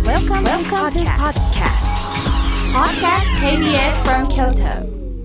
Welcome to podcast. Podcast KBS from Kyoto.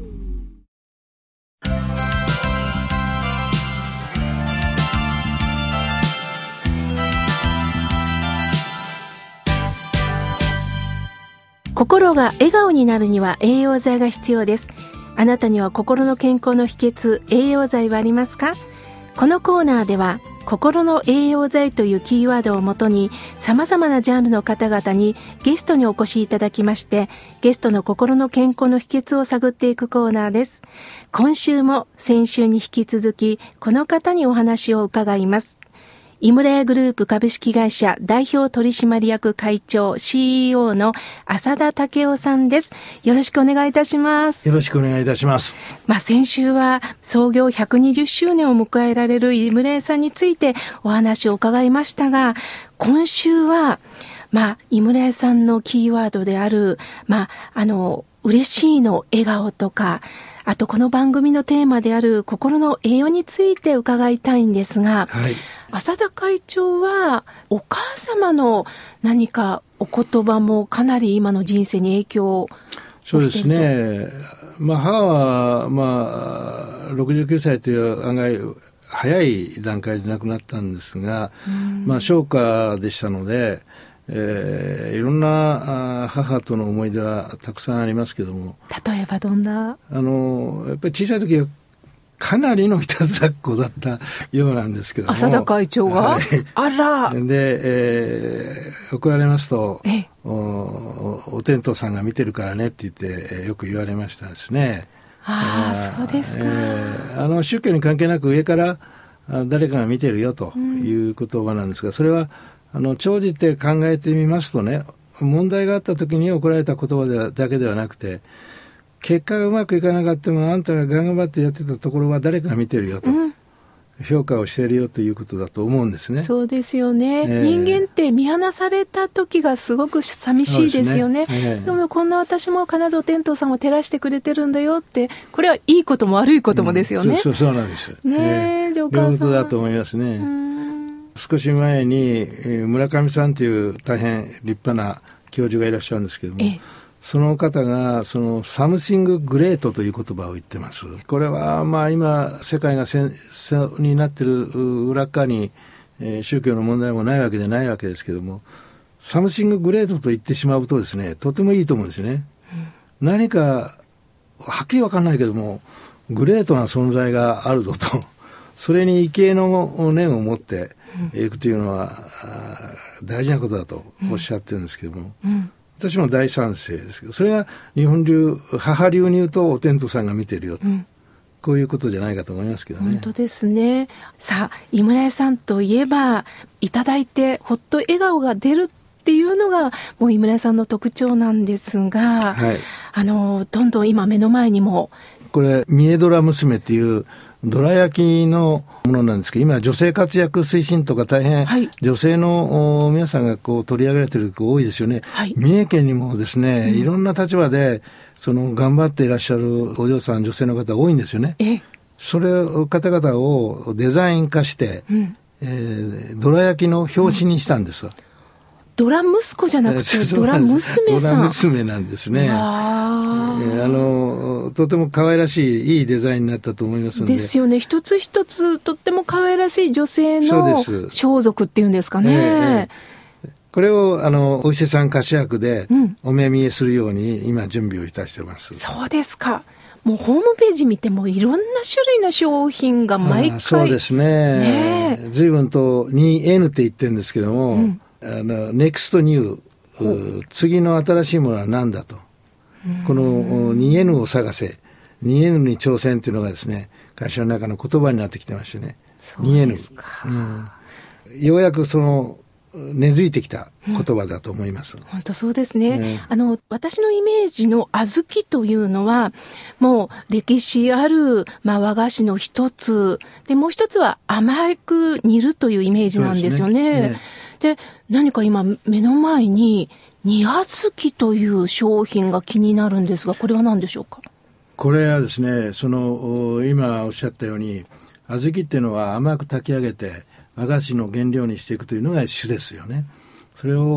心が笑顔になるには栄養剤が必要です。あなたには心の健康の秘訣、栄養剤はありますか？このコーナーでは心の栄養剤というキーワードをもとに様々なジャンルの方々にゲストにお越しいただきまして、ゲストの心の健康の秘訣を探っていくコーナーです。今週も先週に引き続きこの方にお話を伺います。井村屋グループ株式会社代表取締役会長 CEO の浅田武夫さんです。よろしくお願いいたします。 よろしくお願いいたします。 先週は創業120周年を迎えられる井村屋さんについてお話を伺いましたが、今週は井村屋さんのキーワードである嬉しいの笑顔とか、あとこの番組のテーマである心の栄養について伺いたいんですが、はい、浅田会長はお母様の何かお言葉もかなり今の人生に影響をしていると。 そうですね。母は69歳という案外早い段階で亡くなったんですが、商家でしたので、いろんな母との思い出はたくさんありますけども、 例えばどんな？ やっぱり小さい時はかなりのいたずらっ子だったようなんですけども、 浅田会長が、はい、あらで、怒られますと お天道さんが見てるからねって言って、よく言われましたですね。 そうですか。 宗教に関係なく上から誰かが見てるよという言葉なんですが、それは長じて考えてみますとね、問題があった時に怒られた言葉だけではなくて、結果がうまくいかなかったもあんたが頑張ってやってたところは誰かが見てるよと、評価をしているよということだと思うんですね。 そうですよね、人間って見放された時がすごく寂しいですよね。でもこんな私も必ずお天道さんを照らしてくれてるんだよって、これはいいことも悪いこともですよね。 そうなんです。 両方だと思いますね。少し前に村上さんという大変立派な教授がいらっしゃるんですけども、その方がサムシンググレートという言葉を言ってます。これは今世界が戦争になっている裏側に、宗教の問題もないわけでないわけですけども、サムシンググレートと言ってしまうとですね、とてもいいと思うんですよね。何かはっきり分かんないけどもグレートな存在があるぞと、それに畏敬の念を持っていくというのは大事なことだとおっしゃってるんですけども、私も大賛成ですけど、それが日本流母流に言うとお天道さんが見てるよと、こういうことじゃないかと思いますけどね。 本当ですね。さあ井村屋さんといえば、いただいてほっと笑顔が出るっていうのがもう井村屋さんの特徴なんですが、どんどん今目の前にもこれ三重ドラ娘っていうどら焼きのものなんですけど、今女性活躍推進とか大変女性の皆さんが取り上げられている子多いですよね。三重県にもですね、いろんな立場で頑張っていらっしゃるお嬢さん女性の方多いんですよね。それを方々をデザイン化して、どら焼きの表紙にしたんです。 ドラ息子じゃなくてドラ娘さん。 ドラ娘なんですね。とても可愛らしいいいデザインになったと思いますので。 ですよね。一つ一つとっても可愛らしい女性の装束っていうんですかね。 これをお伊勢さん菓子役でお目見えするように今準備をいたしてます。 そうですか。もうホームページ見てもいろんな種類の商品が毎回。 そうですね。随分と 2N って言ってるんですけども、Next New、次の新しいものは何だと、この 2N を探せ、 2N に挑戦というのがですね、会社の中の言葉になってきてましてね。 そうですか。 ようやく根付いてきた言葉だと思います。 本当そうですね。私のイメージの小豆というのはもう歴史ある、和菓子の一つで、もう一つは甘く煮るというイメージなんですよね。で、何か今目の前に煮小豆という商品が気になるんですが、これは何でしょうか？ これはですね、今おっしゃったように小豆っていうのは甘く炊き上げて和菓子の原料にしていくというのが主ですよね。それを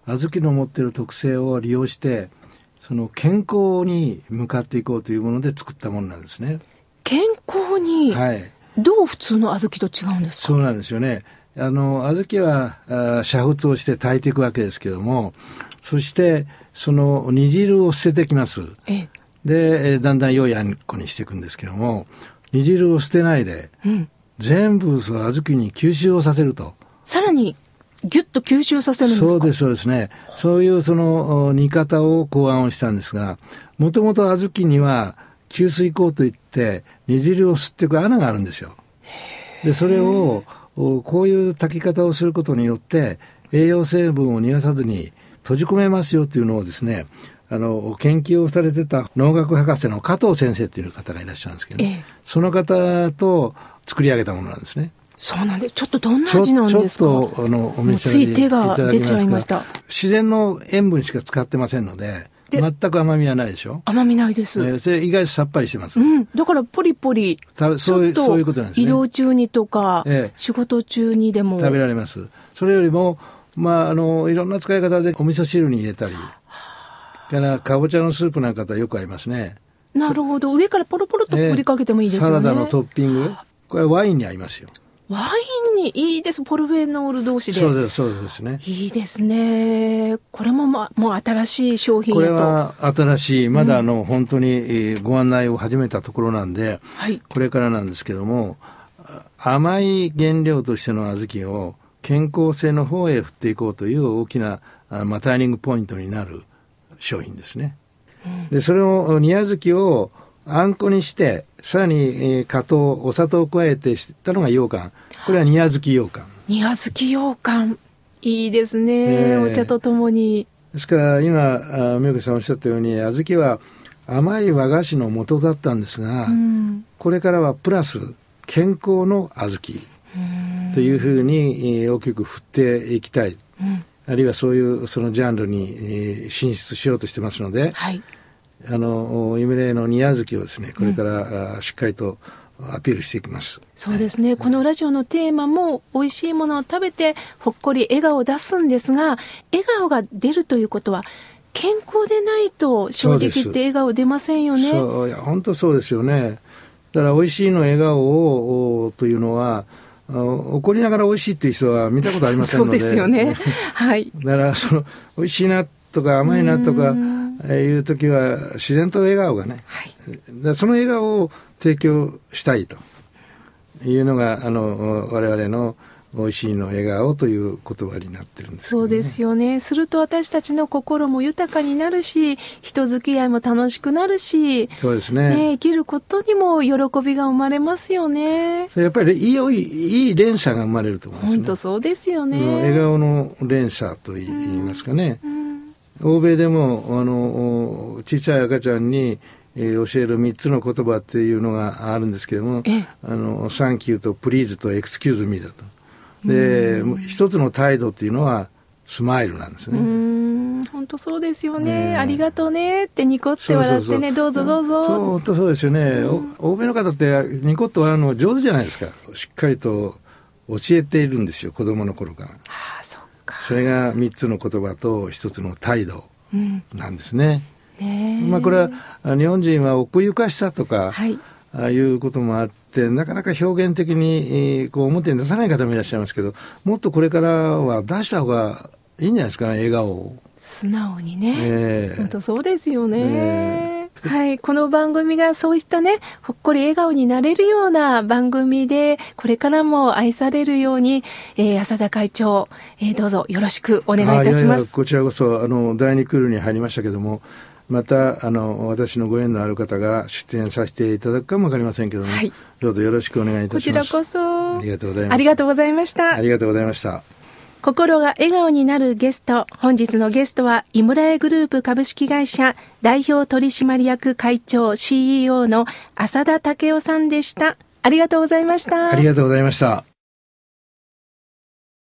小豆の持っている特性を利用してその健康に向かっていこうというもので作ったものなんですね。 健康に、はい、どう普通の小豆と違うんですか？ そうなんですよね。小豆は煮沸をして炊いていくわけですけども、そしてその煮汁を捨ててきます。でだんだん良いあんこにしていくんですけども、煮汁を捨てないで、全部その小豆に吸収をさせると。 さらにギュッと吸収させるんですか？ そうですね。そういうその煮方を考案をしたんですが、もともと小豆には吸水口といって煮汁を吸っていく穴があるんですよ。でそれをこういう炊き方をすることによって栄養成分を逃がさずに閉じ込めますよというのをですね、研究をされてた農学博士の加藤先生という方がいらっしゃるんですけど、その方と作り上げたものなんですね。 そうなんです。ちょっとどんな味なんですか？ ちょっとお召し上がりいただきますか？つい手が出ちゃいました。自然の塩分しか使ってませんので全く甘みはないでしょ。 甘みないです。 それ意外とさっぱりしてます。 だからポリポリそういうことなんですね。 移動中にとか、仕事中にでも食べられます。それよりもいろんな使い方でお味噌汁に入れたりからかぼちゃのスープなんかとよく合いますね。 なるほど。上からポロポロと振りかけてもいいですよね。 サラダのトッピング、これはワインに合いますよ。 ワインにいいです。ポルフェノール同士で。 そうですね。 いいですね。これももう新しい商品。 これは新しい、まだ本当にご案内を始めたところなんで、これからなんですけども、甘い原料としての小豆を健康性の方へ振っていこうという大きなターニングポイントになる商品ですね。でそれを煮小豆をあんこにしてさらに加糖お砂糖を加えてしたのが羊羹。これは煮小豆羊羹。 煮小豆羊羹いいですね、お茶とともに。 ですから今美代子さんおっしゃったように小豆は甘い和菓子の元だったんですが、これからはプラス健康の小豆というふうに大きく振っていきたい、あるいはそういうそのジャンルに進出しようとしてますので、夢霊の煮小豆をですね、これからしっかりとアピールしていきます。 そうですね、このラジオのテーマも美味しいものを食べてほっこり笑顔を出すんですが、笑顔が出るということは健康でないと正直言って笑顔出ませんよね。 いや本当そうですよね。だから美味しいの笑顔をというのは怒りながら美味しいっていう人は見たことありませんので。 そうですよね。はい。 だから美味しいなとか甘いなとかいう時は自然と笑顔がね、その笑顔を提供したいというのが我々の美味しいの笑顔という言葉になってるんですけどね。 そうですよね。すると私たちの心も豊かになるし、人付き合いも楽しくなるし、 そうですね。 生きることにも喜びが生まれますよね。 やっぱりいい連鎖が生まれると思いますね。 本当そうですよね。 笑顔の連鎖と言いますかね。欧米でも小さい赤ちゃんに教える3つの言葉っていうのがあるんですけども、サンキューとプリーズとエクスキューズミーだと。で一つの態度っていうのはスマイルなんですね。 本当そうですよね。ありがとうねってニコって笑ってね、どうぞどうぞ。 本当そうですよね。欧米の方ってニコッと笑うの上手じゃないですか。しっかりと教えているんですよ、子供の頃から。 そっか。 それが3つの言葉と1つの態度なんですね。これは日本人は奥ゆかしさとか、いうこともあってなかなか表現的に表に出さない方もいらっしゃいますけど、もっとこれからは出した方がいいんじゃないですかね、笑顔を素直にね。本当そうですよね。はい、この番組がそういったね、ほっこり笑顔になれるような番組でこれからも愛されるように、浅田会長、どうぞよろしくお願いいたします。 こちらこそ第2クールに入りましたけども、また私のご縁のある方が出演させていただくかもわかりませんけども、どうぞよろしくお願いいたします。 こちらこそありがとうございます。 ありがとうございました。 ありがとうございました。 心が笑顔になるゲスト、本日のゲストは井村屋グループ株式会社代表取締役会長 CEO の浅田武夫さんでした。ありがとうございました。 ありがとうございました。